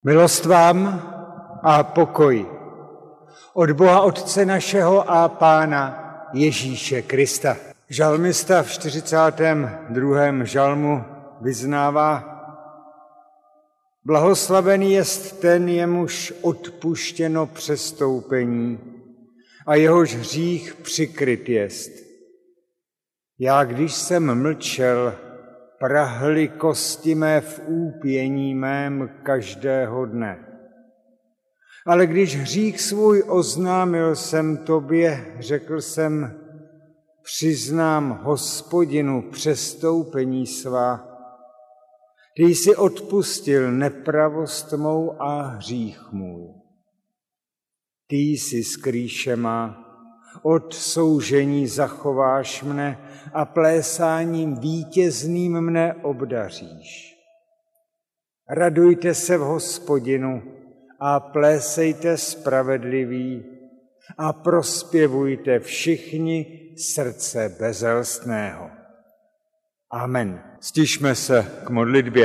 Milost vám a pokoj od Boha Otce našeho a Pána Ježíše Krista. Žalmista v 42. žalmu vyznává: Blahoslavený jest ten, jemuž odpuštěno přestoupení a jehož hřích přikryt jest. Já, když jsem mlčel, prahly kosti mé v úpění mém každého dne. Ale když hřích svůj oznámil jsem tobě, řekl jsem, přiznám Hospodinu přestoupení svá. Ty jsi odpustil nepravost mou a hřích můj. Ty jsi skrýše má, od soužení zachováš mne a plésáním vítězným mne obdaříš. Radujte se v Hospodinu a plésejte spravedliví a prospěvujte všichni srdce bezelstného. Amen. Stišme se k modlitbě.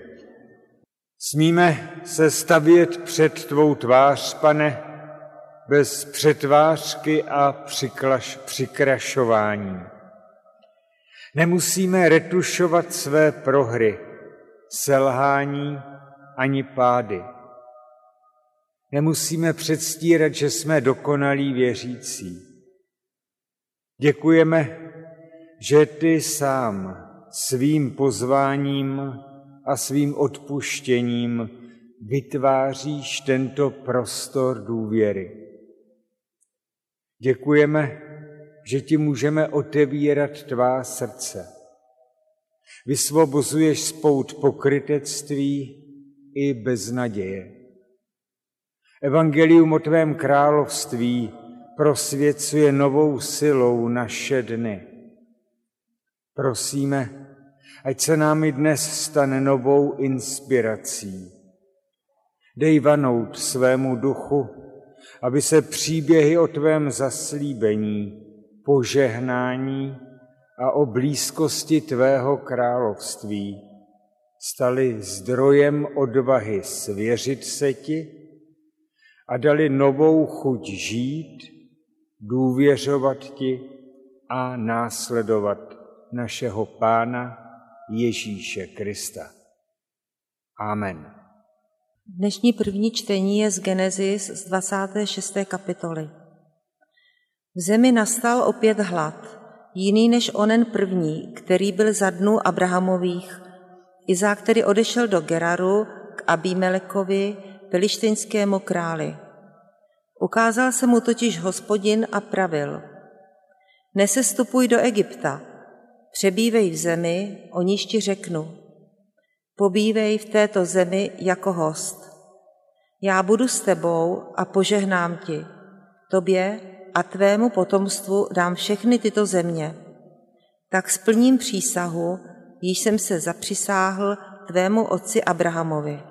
Smíme se stavět před tvou tvář, Pane, bez přetvářky a přikrašování. Nemusíme retušovat své prohry, selhání ani pády. Nemusíme předstírat, že jsme dokonalí věřící. Děkujeme, že ty sám svým pozváním a svým odpuštěním vytváříš tento prostor důvěry. Děkujeme, že ti můžeme otevírat tvá srdce. Vysvobozuješ z pout pokrytectví i beznaděje. Evangelium o tvém království prosvěcuje novou silou naše dny. Prosíme, ať se nám i dnes stane novou inspirací. Dej vanout svému duchu, aby se příběhy o tvém zaslíbení, požehnání a o blízkosti tvého království staly zdrojem odvahy svěřit se ti a dali novou chuť žít, důvěřovat ti a následovat našeho Pána Ježíše Krista. Amen. Dnešní první čtení je z Genesis z 26. kapitoly. V zemi nastal opět hlad, jiný než onen první, který byl za dnů Abrahamových. Izák tedy odešel do Geraru k Abimelekovi, pelištejnskému králi. Ukázal se mu totiž Hospodin a pravil: Nesestupuj do Egypta, přebývej v zemi, o níž ti řeknu. Pobývej v této zemi jako host. Já budu s tebou a požehnám ti. Tobě a tvému potomstvu dám všechny tyto země. Tak splním přísahu, již jsem se zapřisáhl tvému otci Abrahamovi.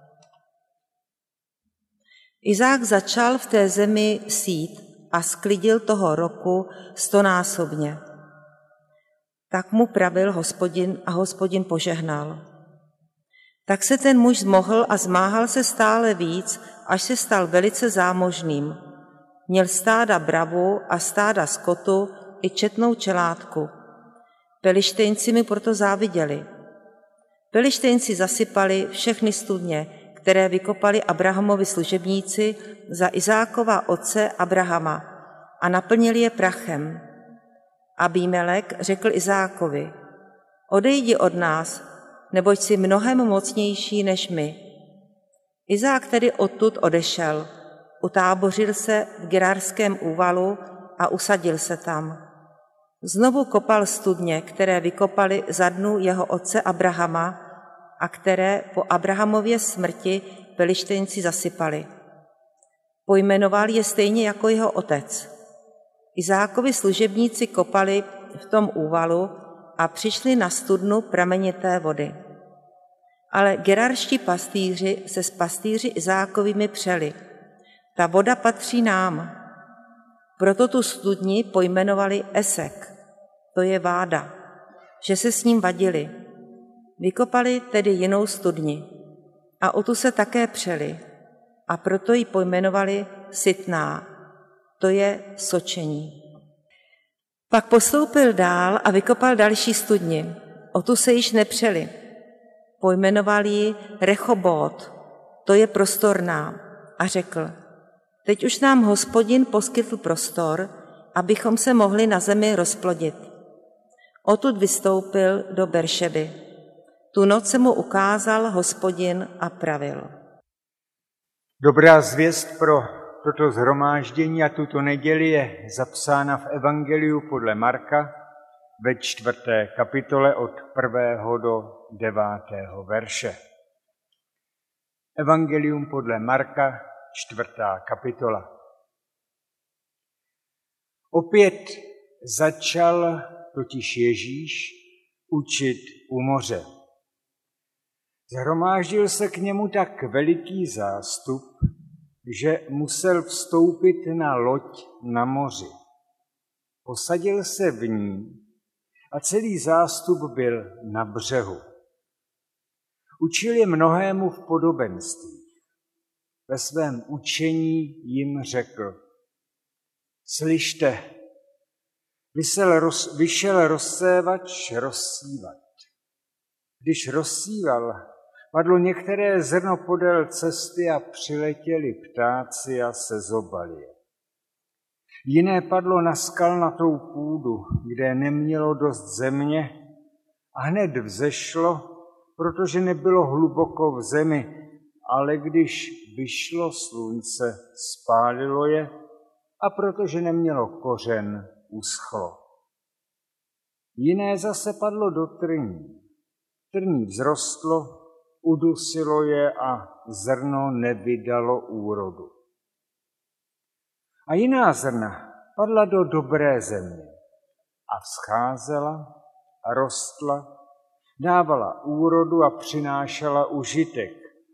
Izák začal v té zemi sít a sklidil toho roku 100násobně. Tak mu pravil Hospodin a Hospodin požehnal. Tak se ten muž zmohl a zmáhal se stále víc, až se stal velice zámožným. Měl stáda bravu a stáda skotu i četnou čelátku. Pelištejnci mi proto záviděli. Pelištejnci zasypali všechny studně, které vykopali Abrahamovi služebníci za Izákova otce Abrahama a naplnili je prachem. Abimelek řekl Izákovi: Odejdi od nás, neboť jsi mnohem mocnější než my. Izák tedy odtud odešel, utábořil se v Gerarském úvalu a usadil se tam. Znovu kopal studně, které vykopali za dnů jeho otce Abrahama a které po Abrahamově smrti pelištejnci zasypali. Pojmenoval je stejně jako jeho otec. Izákovi služebníci kopali v tom úvalu a přišli na studnu pramenité vody. Ale gerarští pastýři se s pastýři Izákovými přeli: Ta voda patří nám. Proto tu studni pojmenovali Esek, to je váda, že se s ním vadili. Vykopali tedy jinou studni. a o tu se také přeli a proto ji pojmenovali Sitná, to je sočení. Pak postoupil dál a vykopal další studni, o tu se již nepřeli. Pojmenoval ji Rechobót, to je prostorná, a řekl, teď už nám Hospodin poskytl prostor, abychom se mohli na zemi rozplodit. Odtud vystoupil do Beršeby. Tu noc se mu ukázal Hospodin a pravil. Dobrá zvěst pro toto shromáždění a tuto neděli je zapsána v Evangeliu podle Marka ve 4. kapitole od 1. do 9. verše. Evangelium podle Marka, 4. kapitola. Opět začal totiž Ježíš učit u moře. Shromáždil se k němu tak veliký zástup, že musel vstoupit na loď na moři. Posadil se v ní a celý zástup byl na břehu. Učil je mnohému v podobenstvích. Ve svém učení jim řekl, slyšte, vyšel rozsévač rozsívat. Když rozsíval, padlo některé zrno podél cesty a přiletěli ptáci a sezobali je. Jiné padlo na skalnatou půdu, kde nemělo dost země a hned vzešlo, protože nebylo hluboko v zemi, ale když vyšlo slunce, spálilo je a protože nemělo kořen, uschlo. Jiné zase padlo do trní. Trní vzrostlo, udusilo je a zrno nevydalo úrodu. A jiná zrna padla do dobré země a vzcházela a rostla, dávala úrodu a přinášela užitek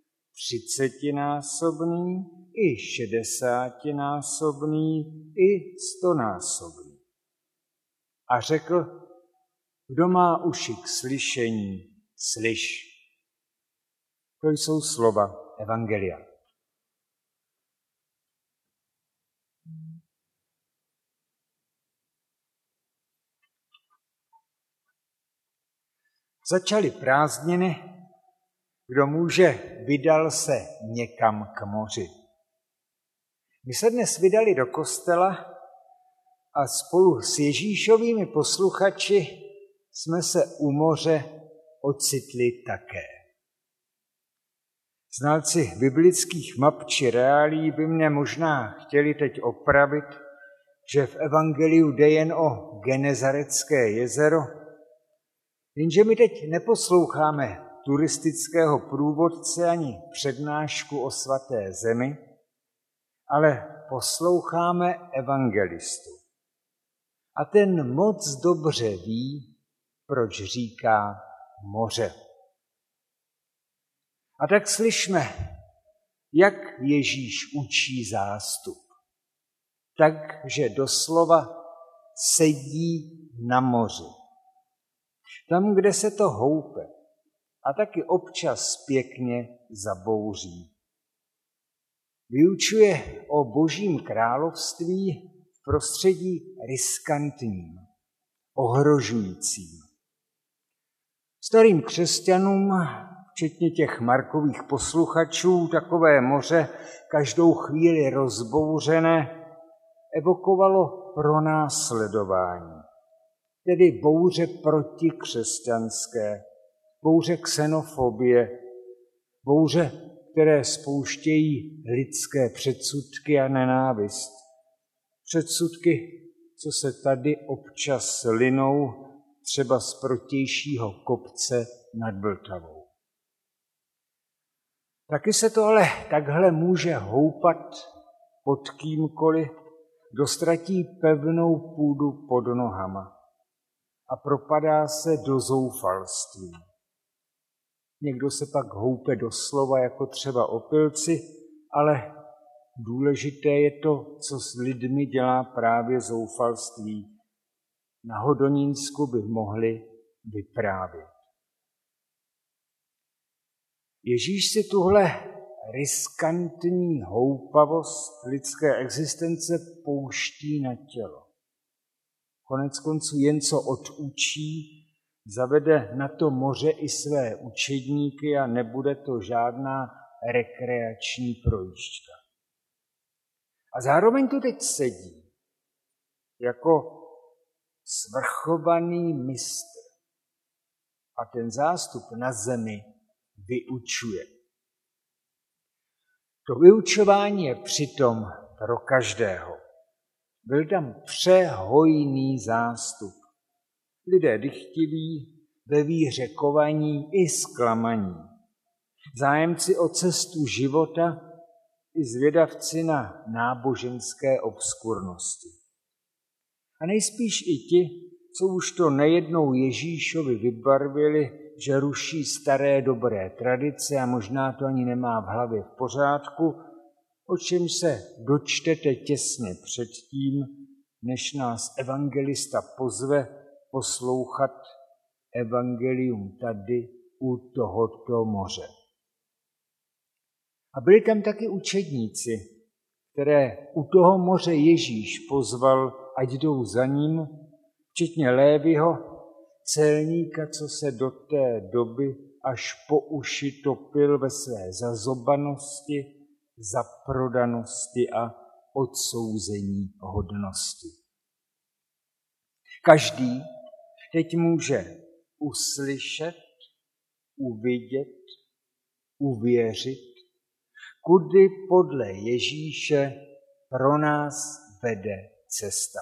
30násobný, i 60násobný, i 100násobný. A řekl, kdo má uši k slyšení, slyš. To jsou slova Evangelia. Začaly prázdniny, kdo může, vydal se někam k moři. My se dnes vydali do kostela a spolu s Ježíšovými posluchači jsme se u moře ocitli také. Znalci biblických map či reálí by mě možná chtěli teď opravit, že v Evangeliu jde jen o Genezarecké jezero, jenže my teď neposloucháme turistického průvodce ani přednášku o svaté zemi, ale posloucháme evangelistu. A ten moc dobře ví, proč říká moře. A tak slyšme, jak Ježíš učí zástup. Takže doslova sedí na moři. Tam, kde se to houpe a taky občas pěkně zabouří. Vyučuje o Božím království v prostředí riskantním, ohrožujícím. Starým křesťanům, včetně těch Markových posluchačů, takové moře každou chvíli rozbouřené evokovalo pronásledování, tedy bouře protikřesťanské, bouře xenofobie, bouře, které spouštějí lidské předsudky a nenávist. Předsudky, co se tady občas linou, třeba z protějšího kopce nad Vltavou. Taky se to ale takhle může houpat pod kýmkoliv, kdo ztratí pevnou půdu pod nohama a propadá se do zoufalství. Někdo se pak houpe doslova, jako třeba opilci, ale důležité je to, co s lidmi dělá právě zoufalství. Na Hodonínsku by mohli vyprávět. Ježíš si tuhle riskantní houpavost lidské existence pouští na tělo. Konec konců jen co odučí, zavede na to moře i své učedníky a nebude to žádná rekreační projížďka. A zároveň tu teď sedí jako svrchovaný mistr a ten zástup na zemi vyučuje. To vyučování je přitom pro každého. Byl tam přehojný zástup. Lidé dychtiví, ve víře kovaní i zklamaní. Zájemci o cestu života i zvědavci na náboženské obskurnosti. A nejspíš i ti, co už to nejednou Ježíšovi vybarvili, že ruší staré dobré tradice a možná to ani nemá v hlavě v pořádku, o čem se dočtete těsně předtím, než nás evangelista pozve poslouchat evangelium tady u tohoto moře. A byli tam taky učedníci, které u toho moře Ježíš pozval, ať jdou za ním, včetně Léviho, celníka, co se do té doby až po uši topil ve své zazobanosti, zaprodanosti a odsouzení hodnosti. Každý teď může uslyšet, uvidět, uvěřit, kudy podle Ježíše pro nás vede cesta.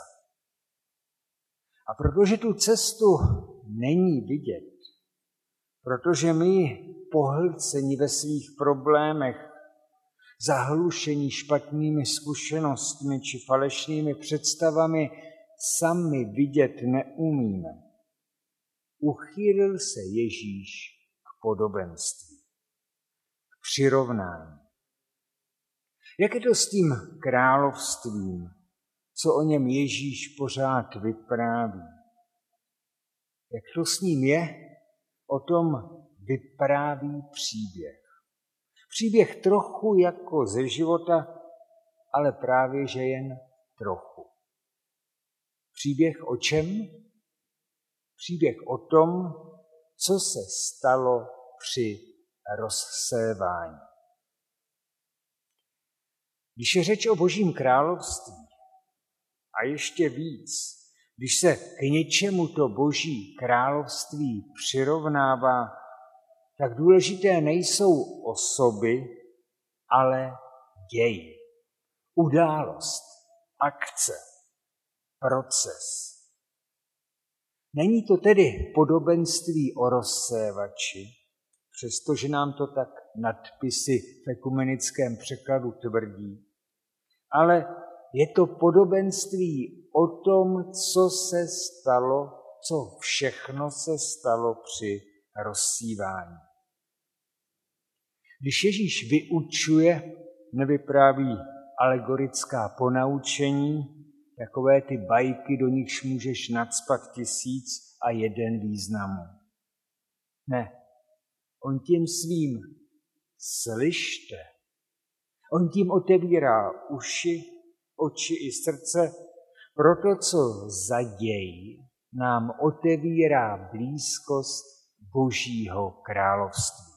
A protože tu cestu není vidět, protože my pohlceni ve svých problémech, zahlušení špatnými zkušenostmi či falešnými představami sami vidět neumíme, uchýlil se Ježíš k podobenství, k přirovnání. Jak je to s tím královstvím, co o něm Ježíš pořád vypráví? Jak to s ním je? O tom vypráví příběh. Příběh trochu jako ze života, ale právě že jen trochu. Příběh o čem? Příběh o tom, co se stalo při rozsévání. Když je řeč o Božím království a ještě víc, když se k něčemu to Boží království přirovnává, tak důležité nejsou osoby, ale děj, událost, akce, proces. Není to tedy podobenství o rozsévači, přestože nám to tak nadpisy v ekumenickém překladu tvrdí, ale je to podobenství o tom, co se stalo, co všechno se stalo při rozsívání. Když Ježíš vyučuje, nevypráví alegorická ponaučení, takové ty bajky, do nichž můžeš nacpat 1001 významů. Ne, on tím svým slyšte, on tím otevírá uši, oči i srdce, proto co za děj nám otevírá blízkost Božího království.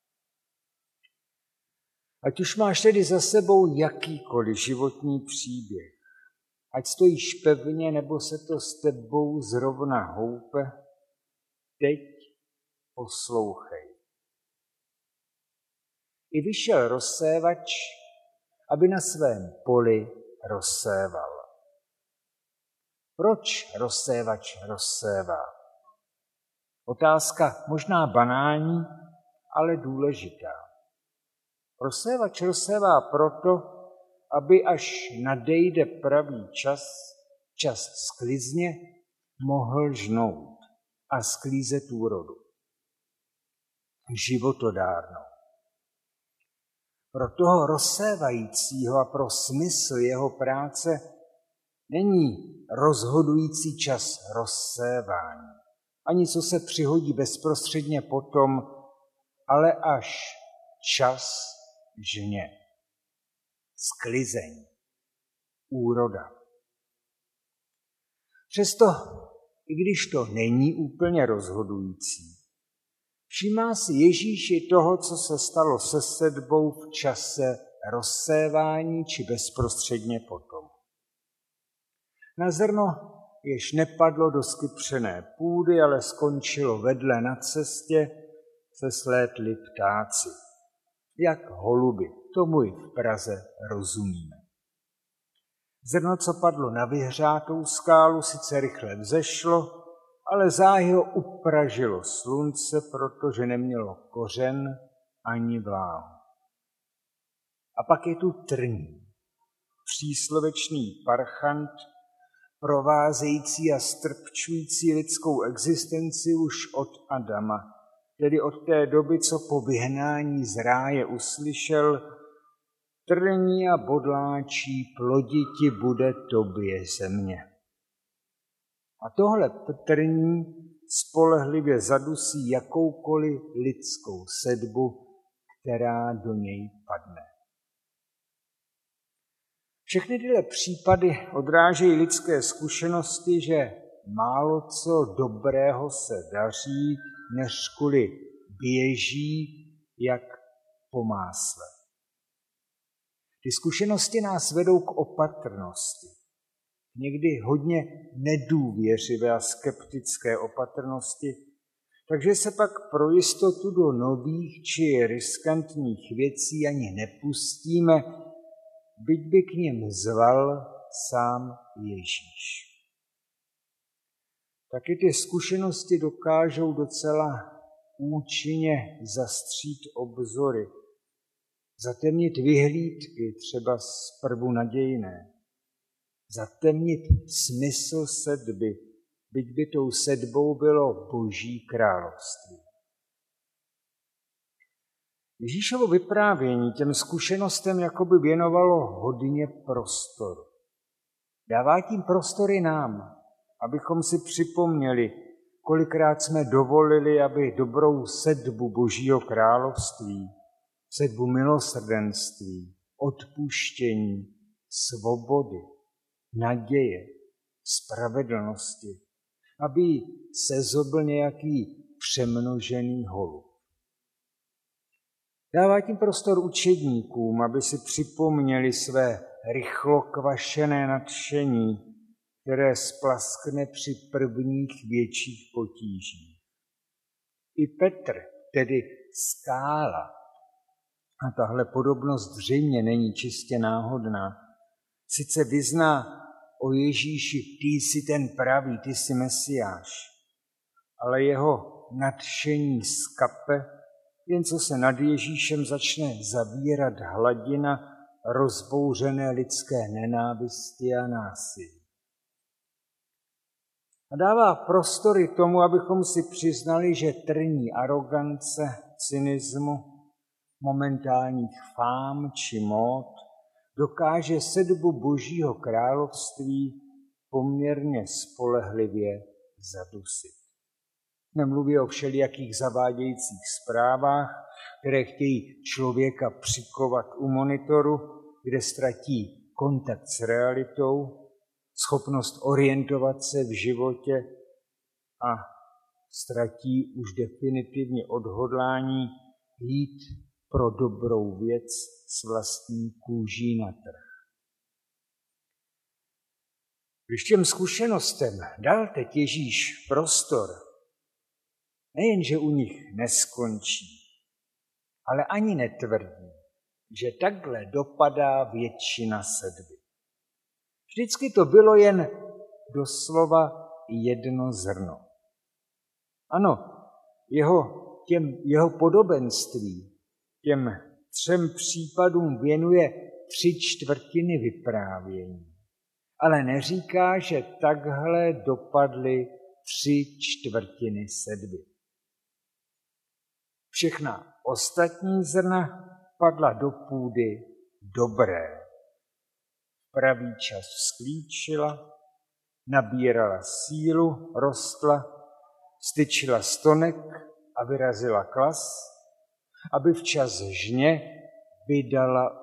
Ať už máš tedy za sebou jakýkoliv životní příběh, ať stojíš pevně, nebo se to s tebou zrovna houpe, teď poslouchej. I vyšel rozsévač, aby na svém poli rozséval. Proč rozsévač rozsévá? Otázka možná banální, ale důležitá. Rozsévač rozsévá proto, aby až nadejde pravý čas sklizně, mohl žnout a sklízet úrodu. Životodárnou. Pro toho rozsévajícího a pro smysl jeho práce není rozhodující čas rozsévání. Ani co se přihodí bezprostředně potom, ale až čas žně, sklizeň, úroda. Přesto, i když to není úplně rozhodující, všímá si Ježíš i toho, co se stalo se sedbou v čase rozsévání či bezprostředně potom. Na zrno, jež nepadlo do skypřené půdy, ale skončilo vedle na cestě, se slétli ptáci. Jak holuby, tomu i v Praze rozumíme. Zrno, co padlo na vyhřátou skálu, sice rychle vzešlo, ale záhy ho upražilo slunce, protože nemělo kořen ani vláhu. A pak je tu trní, příslovečný parchant, provázející a strpčující lidskou existenci už od Adama, tedy od té doby, co po vyhnání z ráje uslyšel: trní a bodláčí ploditi bude tobě země. A tohle trní spolehlivě zadusí jakoukoliv lidskou sedbu, která do něj padne. Všechny tyhle případy odrážejí lidské zkušenosti, že málo co dobrého se daří, než kvůli běží jak po másle. Ty zkušenosti nás vedou k opatrnosti. Někdy hodně nedůvěřivé a skeptické opatrnosti, takže se pak pro jistotu do nových či riskantních věcí ani nepustíme, byť by k nim zval sám Ježíš. Taky ty zkušenosti dokážou docela účinně zastřít obzory, zatemnit vyhlídky, třeba zprvu nadějné, zatemnit smysl sedby, byť by tou sedbou bylo Boží království. Ježíšovo vyprávění těm zkušenostem jakoby věnovalo hodně prostoru. Dává tím prostory nám, abychom si připomněli, kolikrát jsme dovolili, aby dobrou sedbu Božího království, sedbu milosrdenství, odpuštění, svobody, naděje, spravedlnosti, aby sezobl nějaký přemnožený holub. Dává tím prostor učedníkům, aby si připomněli své rychlokvašené nadšení, které splaskne při prvních větších potížích. I Petr, tedy skála, a tahle podobnost zřejmě není čistě náhodná, sice vyzná o Ježíši: ty jsi ten pravý, ty jsi Mesiáš, ale jeho nadšení skape, jen co se nad Ježíšem začne zavírat hladina rozbouřené lidské nenávisti a násilí. A dává prostory tomu, abychom si přiznali, že trní arogance, cynismu, momentálních fám či mód dokáže sedbu Božího království poměrně spolehlivě zadusit. Nemluví o všelijakých zavádějících zprávách, které chtějí člověka přikovat u monitoru, kde ztratí kontakt s realitou, schopnost orientovat se v životě a ztratí už definitivně odhodlání jít pro dobrou věc s vlastní kůží na trh. Když těm zkušenostem dal teď Ježíš prostor, nejenže u nich neskončí, ale ani netvrdí, že takhle dopadá většina sedby. Vždycky to bylo jen doslova jedno zrno. Ano, jeho podobenství těm 3 případům věnuje 3/4 vyprávění, ale neříká, že takhle dopadly 3/4 sedby. Všechna ostatní zrna padla do půdy dobré. Pravý čas vzklíčila, nabírala sílu, rostla, styčila stonek a vyrazila klas, aby včas žně vydala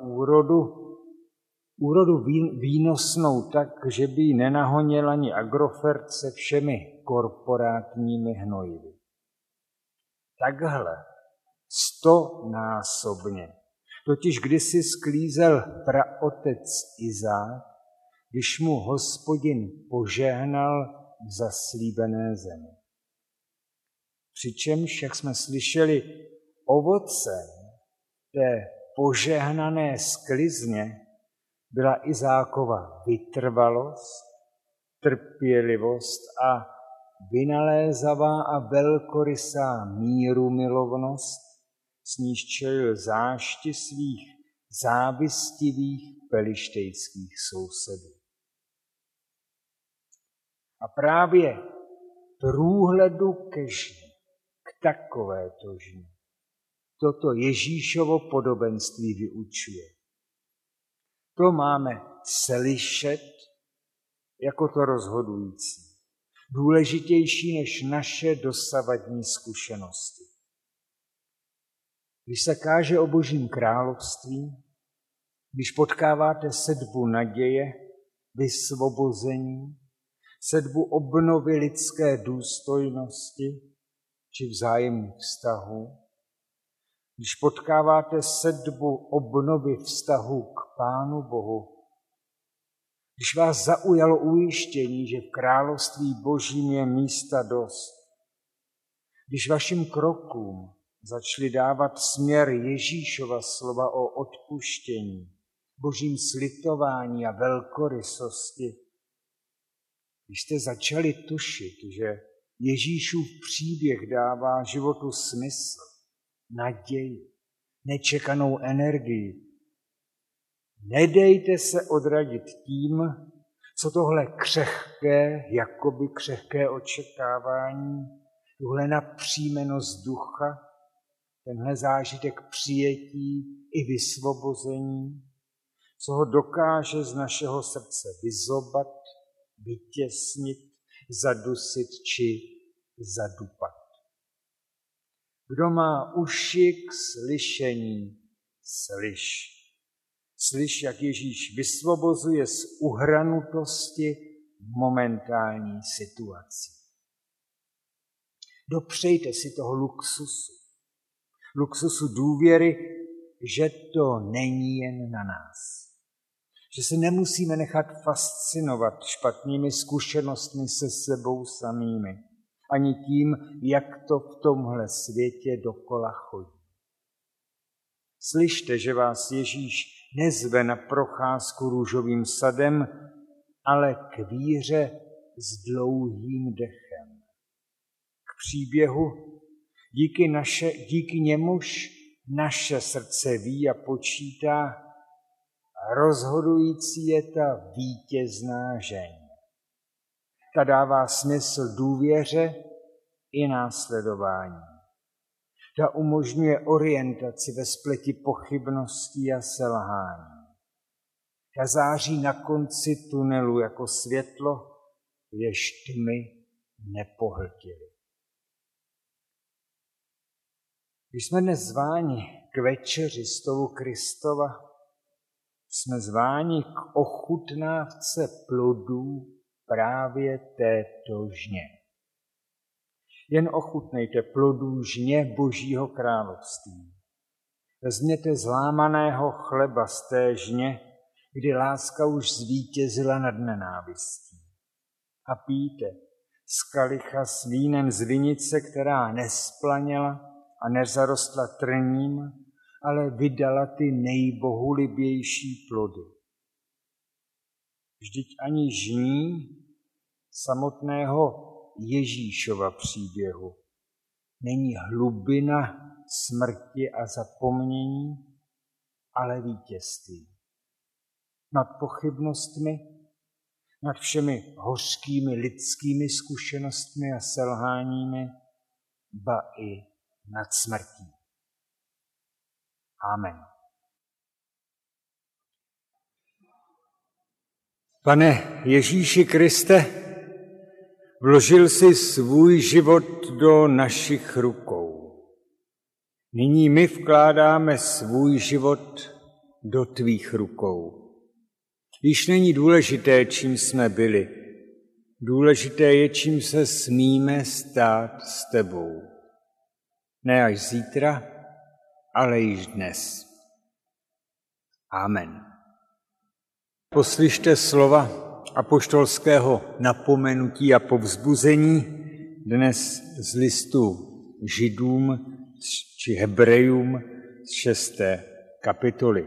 úrodu výnosnou tak, že by ji nenahonil ani Agrofert se všemi korporátními hnojivy. Takhle 100násobně. Totiž kdysi sklízel praotec Izák, když mu Hospodin požehnal v zaslíbené zemi. Přičemž, jak jsme slyšeli, ovocem té požehnané sklizně byla Izákova vytrvalost, trpělivost a vynalézavá a velkorysá mírumilovnost, s níž čelil zášti svých závistivých pelištejských sousedů. A právě průhledu ke žni, k takovéto žni, toto Ježíšovo podobenství vyučuje. To máme slyšet jako to rozhodující, důležitější než naše dosavadní zkušenosti. Když se káže o Božím království, když potkáváte sedbu naděje, vysvobození, sedbu obnovy lidské důstojnosti či vzájemných vztahů, když potkáváte sedbu obnovy vztahu k Pánu Bohu, když vás zaujalo ujištění, že v království Božím je místa dost, když vašim krokům začali dávat směr Ježíšova slova o odpuštění, Božím slitování a velkorysosti, když jste začali tušit, že Ježíšův příběh dává životu smysl, naději, nečekanou energii, nedejte se odradit tím, co tohle jakoby křehké očekávání, tuhle napřímenost ducha, tenhle zážitek přijetí i vysvobození, co ho dokáže z našeho srdce vyzobat, vytěsnit, zadusit či zadupat. Kdo má uši k slyšení, slyš. Slyš, jak Ježíš vysvobozuje z uhranutosti momentální situaci. Dopřejte si toho luxusu důvěry, že to není jen na nás. Že se nemusíme nechat fascinovat špatnými zkušenostmi se sebou samými, ani tím, jak to v tomhle světě dokola chodí. Slyšte, že vás Ježíš nezve na procházku růžovým sadem, ale k víře s dlouhým dechem. K příběhu, díky němuž naše srdce ví a počítá, a rozhodující je ta vítězná žeň. Ta dává smysl důvěře i následování. Ta umožňuje orientaci ve spleti pochybností a selhání. Ta září na konci tunelu jako světlo, jež tmy nepohltily. Když jsme dnes zváni k večeři stolu Kristova, jsme zváni k ochutnávce plodů právě této žně. Jen ochutnejte plodů žně Božího království. Vezměte zlámaného chleba z té žně, kdy láska už zvítězila nad nenávistí. A pijte z kalicha s vínem z vinice, která nesplaněla a nezarostla trním, ale vydala ty nejbohulibější plody. Vždyť ani žní samotného Ježíšova příběhu není hlubina smrti a zapomnění, ale vítězství. Nad pochybnostmi, nad všemi hořkými lidskými zkušenostmi a selháními, ba i nad smrtí. Amen. Pane Ježíši Kriste, vložil jsi svůj život do našich rukou. Nyní my vkládáme svůj život do tvých rukou. Již není důležité, čím jsme byli. Důležité je, čím se smíme stát s tebou. Ne až zítra, ale již dnes. Amen. Poslyšte slova apoštolského napomenutí a povzbuzení dnes z listu Židům či Hebrejům z 6. kapitoly.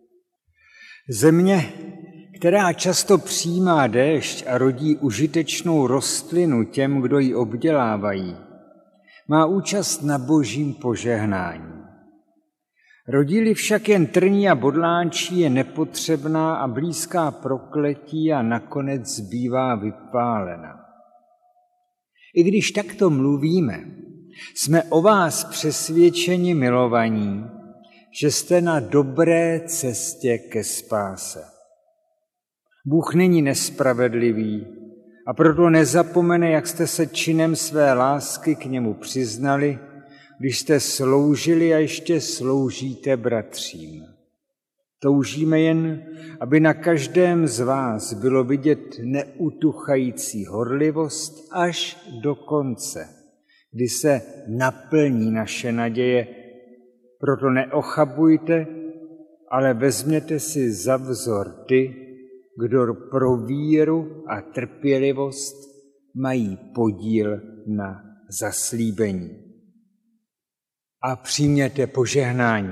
Země, která často přijímá déšť a rodí užitečnou rostlinu těm, kdo ji obdělávají, má účast na božím požehnání. Rodí-li však jen trní a bodlánčí, je nepotřebná a blízká prokletí a nakonec bývá vypálena. I když takto mluvíme, jsme o vás přesvědčeni, milovaní, že jste na dobré cestě ke spáse. Bůh není nespravedlivý a proto nezapomene, jak jste se činem své lásky k němu přiznali, když jste sloužili a ještě sloužíte bratřím. Toužíme jen, aby na každém z vás bylo vidět neutuchající horlivost až do konce, kdy se naplní naše naděje. Proto neochabujte, ale vezměte si za vzor ty, kdo pro víru a trpělivost mají podíl na zaslíbení. A přijměte požehnání.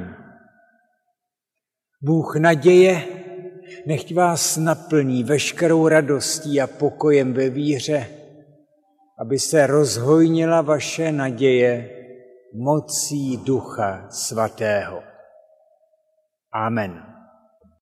Bůh naděje, nechť vás naplní veškerou radostí a pokojem ve víře, aby se rozhojnila vaše naděje mocí Ducha Svatého. Amen.